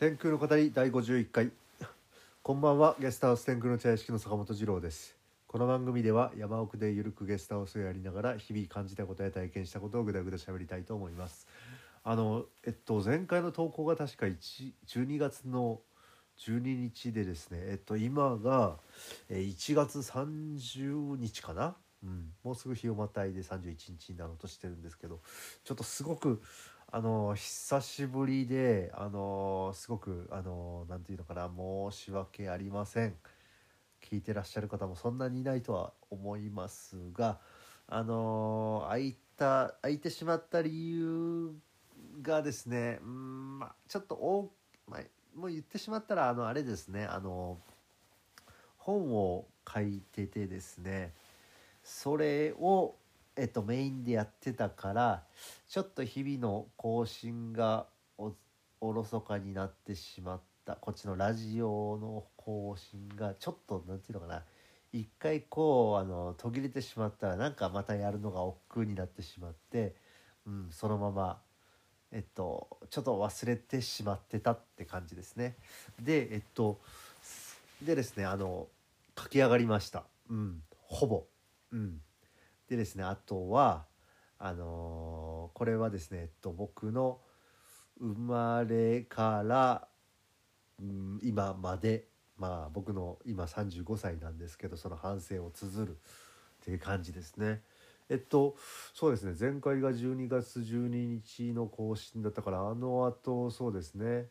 天空の語り第51回。こんばんは。ゲストハウス天空の茶屋敷の坂本二郎です。この番組では山奥でゆるくゲストハウスをやりながら日々感じたことや体験したことをぐだぐだ喋りたいと思います。前回の投稿が確か12月の12日でですね、今が1月30日かな。もうすぐ日をまたいで31日になろうとしてるんですけど、ちょっとすごく久しぶりで、すごくなんていうのかな、申し訳ありません。聞いてらっしゃる方もそんなにいないとは思いますが、空いてしまった理由がですね、ちょっともう言ってしまったらあれですね、本を書いててですね、それをメインでやってたから、ちょっと日々の更新がおろそかになってしまった。こっちのラジオの更新がちょっとなんていうのかな、一回途切れてしまったらなんかまたやるのが億劫になってしまって、そのままちょっと忘れてしまってたって感じですね。でですね、書き上がりました。ほぼ。でですね、あとはこれはですね、僕の生まれから、今まで、僕の今35歳なんですけど、その反省を綴るっていう感じですね。そうですね、前回が12月12日の更新だったから、あの後そうですね、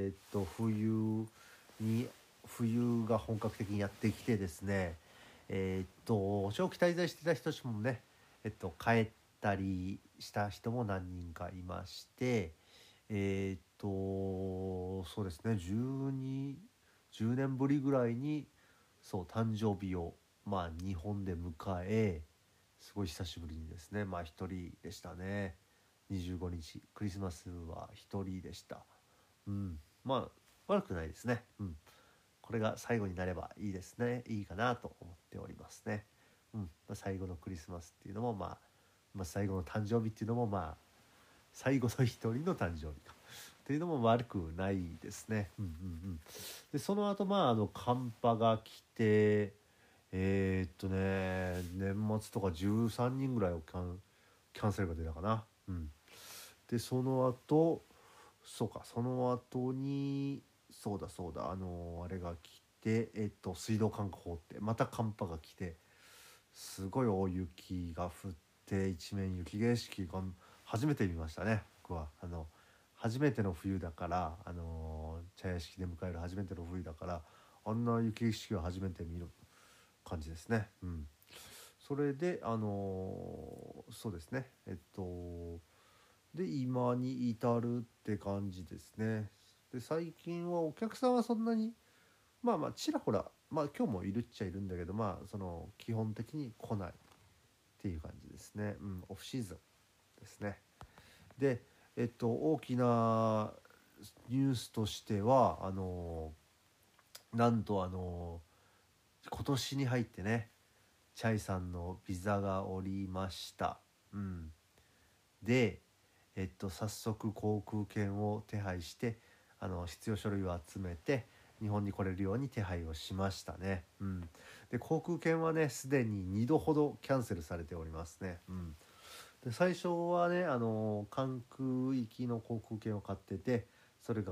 冬が本格的にやってきてですね、長期滞在してた人たちもね、帰ったりした人も何人かいまして、そうですね、10年ぶりぐらいに誕生日を日本で迎え、すごい久しぶりにですね、一人でしたね。25日クリスマスは一人でした。悪くないですね。これが最後になればいいですね。いいかなと思っておりますね。最後のクリスマスっていうのも最後の誕生日っていうのも最後の一人の誕生日かっていうのも悪くないですね。でその後寒波が来て、年末とか13人ぐらいをキャンセルが出たかな。でその後にあれが来て、水道管が凍ってまた寒波が来て、すごい大雪が降って一面雪景色が初めて見ましたね。僕は初めての冬だから、茶屋敷で迎える初めての冬だから、あんな雪景色を初めて見る感じですね。それでそうですね、で今に至るって感じですね。で最近はお客さんはそんなにちらほら、今日もいるっちゃいるんだけど、その基本的に来ないっていう感じですね。オフシーズンですね。で大きなニュースとしてはなんと今年に入ってね、チャイさんのビザが下りました。で早速航空券を手配して、必要書類を集めて日本に来れるように手配をしましたね。で航空券はね、すでに2度ほどキャンセルされておりますね。で最初はね、関空行きの航空券を買ってて、それが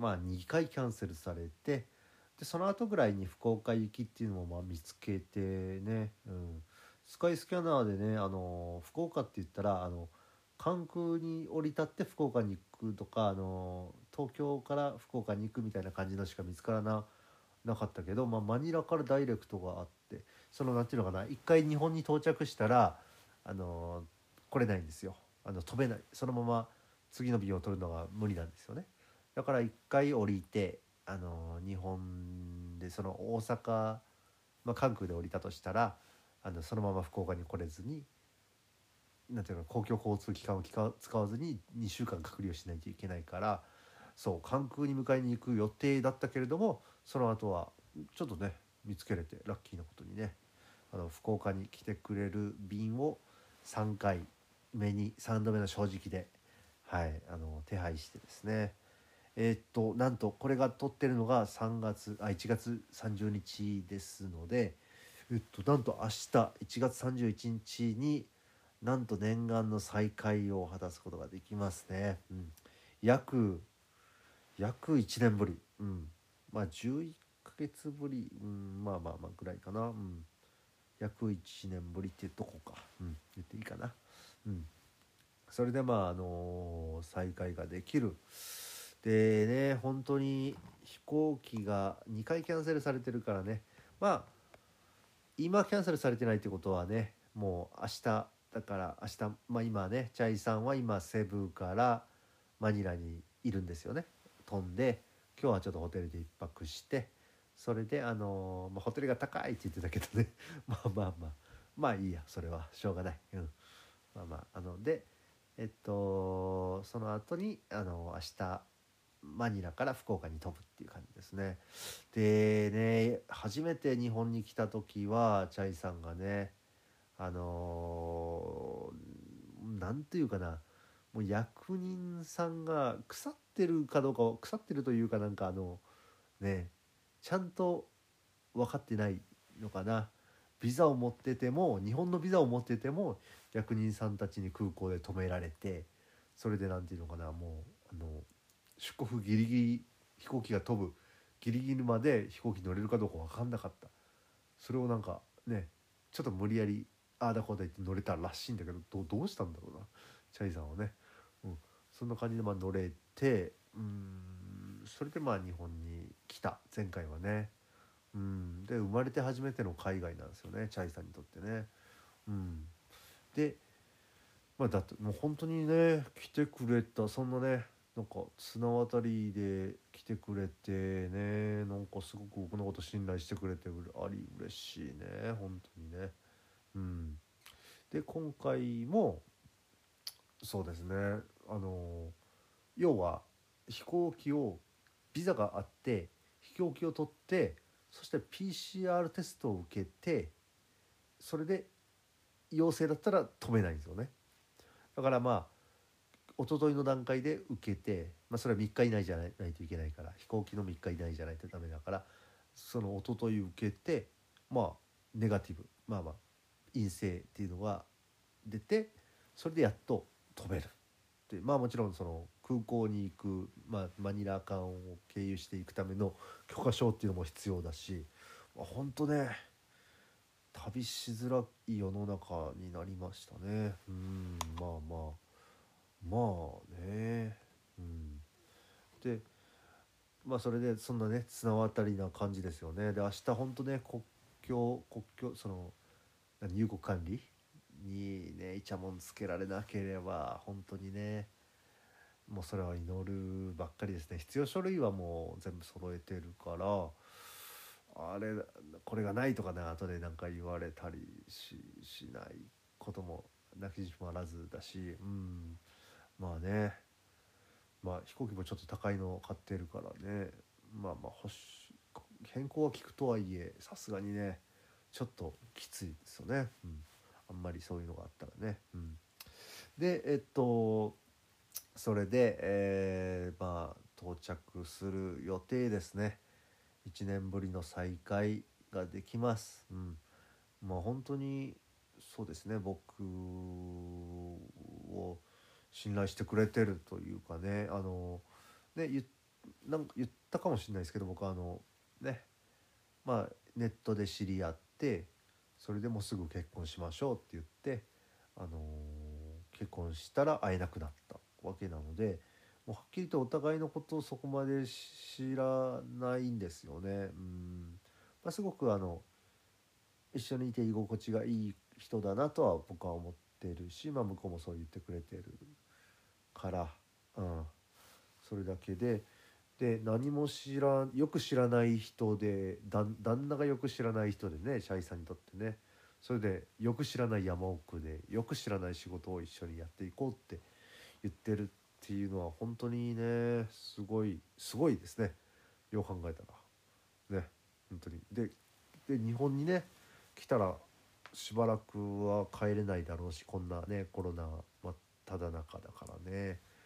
2回キャンセルされて、でその後ぐらいに福岡行きっていうのも見つけてね、スカイスキャナーでね、福岡って言ったら関空に降り立って福岡に行くとか、東京から福岡に行くみたいな感じのしか見つからなかったけど、マニラからダイレクトがあって、そのなんていうのかな、一回日本に到着したら来れないんですよ。飛べない、そのまま次の便を取るのが無理なんですよね。だから一回降りて日本でその大阪、関空で降りたとしたらそのまま福岡に来れずに、なんていうの、公共交通機関を使わずに2週間隔離をしないといけないから、関空に迎えに行く予定だったけれども、その後はちょっとね見つけれてラッキーなことにね、福岡に来てくれる便を3度目の正直で手配してですね、 なんとこれが撮ってるのが1月30日ですので、なんと明日1月31日になんと念願の再会を果たすことができますね。約1年ぶり、まあ11ヶ月ぶり、まあぐらいかな、約1年ぶりってとこか、言っていいかな。それで再会ができる。でね、本当に飛行機が2回キャンセルされてるからね、今キャンセルされてないってことはね、もう明日だから明日、今ねチャイさんは今セブからマニラにいるんですよね。飛んで今日はちょっとホテルで一泊して、それでホテルが高いって言ってたけどねまあいいや、それはしょうがない。でその後に明日マニラから福岡に飛ぶっていう感じですね。でね、初めて日本に来た時はチャイさんがね、なんていうかな、もう役人さんが腐ってるかどうか、腐ってるというかなんかね、ちゃんと分かってないのかな。ビザを持ってても、日本のビザを持ってても役人さんたちに空港で止められて、それでなんていうのかな、もう出国ギリギリ、飛行機が飛ぶギリギリまで飛行機乗れるかどうか分かんなかった。それをなんかね、ちょっと無理やりああだこうだ言って乗れたらしいんだけど、どうしたんだろうな、チャイさんはね。そんな感じで乗れて、それで日本に来た前回はね。で生まれて初めての海外なんですよね、チャイさんにとってね。でだってもう本当にね来てくれた、そんなね、なんか綱渡りで来てくれてね、なんかすごく僕のこと信頼してくれて嬉しいね、本当にね。で今回もそうですね、あの要は飛行機をビザがあって飛行機を取って、そして PCR テストを受けて、それで陽性だったら飛べないんですよね。だから一昨日の段階で受けて、それは3日以内じゃないといけないから、飛行機の3日以内じゃないとダメだから、その一昨日受けてネガティブ、陰性っていうのが出て、それでやっと飛べる。でもちろんその空港に行く、マニラ間を経由していくための許可証っていうのも必要だし、本当ね、旅しづらい世の中になりましたね。ね。でそれでそんなね綱渡りな感じですよね。で明日本当ね、国境その入国管理にねイチャモンつけられなければ本当にね、もうそれは祈るばっかりですね。必要書類はもう全部揃えてるから、これがないとかね後でなんか言われたりしないこともなきにしもあらずだし、ね、飛行機もちょっと高いのを買ってるからね、変更は効くとはいえさすがにねちょっときついですよね。あんまりそういうのがあったらね。でそれで、到着する予定ですね。1年ぶりの再会ができます。本当にそうですね、僕を信頼してくれてるというかね、なんか言ったかもしれないですけど、僕はね、ネットで知り合って、それでもうすぐ結婚しましょうって言って、結婚したら会えなくなったわけなので、もうはっきりとお互いのことをそこまで知らないんですよね。すごく一緒にいて居心地がいい人だなとは僕は思ってるし、向こうもそう言ってくれてるから、それだけで。何もよく知らない人で、旦那がよく知らない人でね、シャイさんにとってね。それでよく知らない山奥でよく知らない仕事を一緒にやっていこうって言ってるっていうのは本当にね、すごいですね。よう考えたらね、本当に。で日本にね来たらしばらくは帰れないだろうし、こんなねコロナ真っただ中だからね。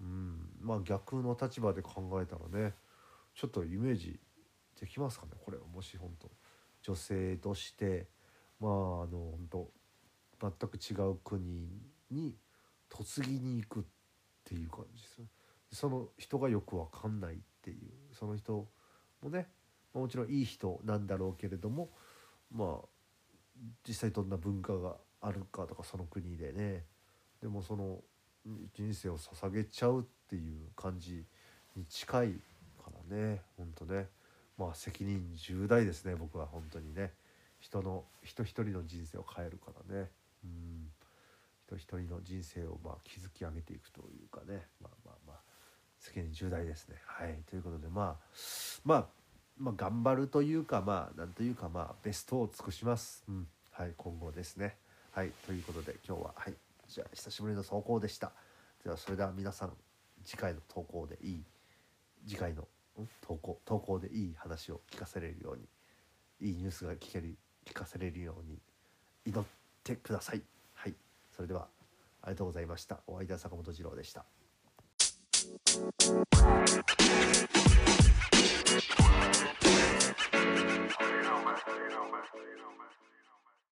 まあ逆の立場で考えたらね、ちょっとイメージできますかね、これは。もし本当女性としてまあ本当全く違う国に嫁ぎに行くっていう感じですよ。その人がよくわかんないっていう、その人もね、もちろんいい人なんだろうけれども、まあ実際どんな文化があるかとかその国でね、でもその人生を捧げちゃうっていう感じに近いからね、ほんとね。まあ責任重大ですね、僕は本当にね。人一人の人生を変えるからね。人一人の人生をまあ築き上げていくというかね、責任重大ですね。はい、ということでまあ頑張るというかなんというかベストを尽くします。はい、今後ですね。はい、ということで今日ははい、じゃあ久しぶりの投稿でした。ではそれでは皆さん、次回の投稿でいい次回の投稿でいい話を聞かせれるように、いいニュースが聞かせれるように祈ってください。はい、それではありがとうございました。お相手は坂本二郎でした。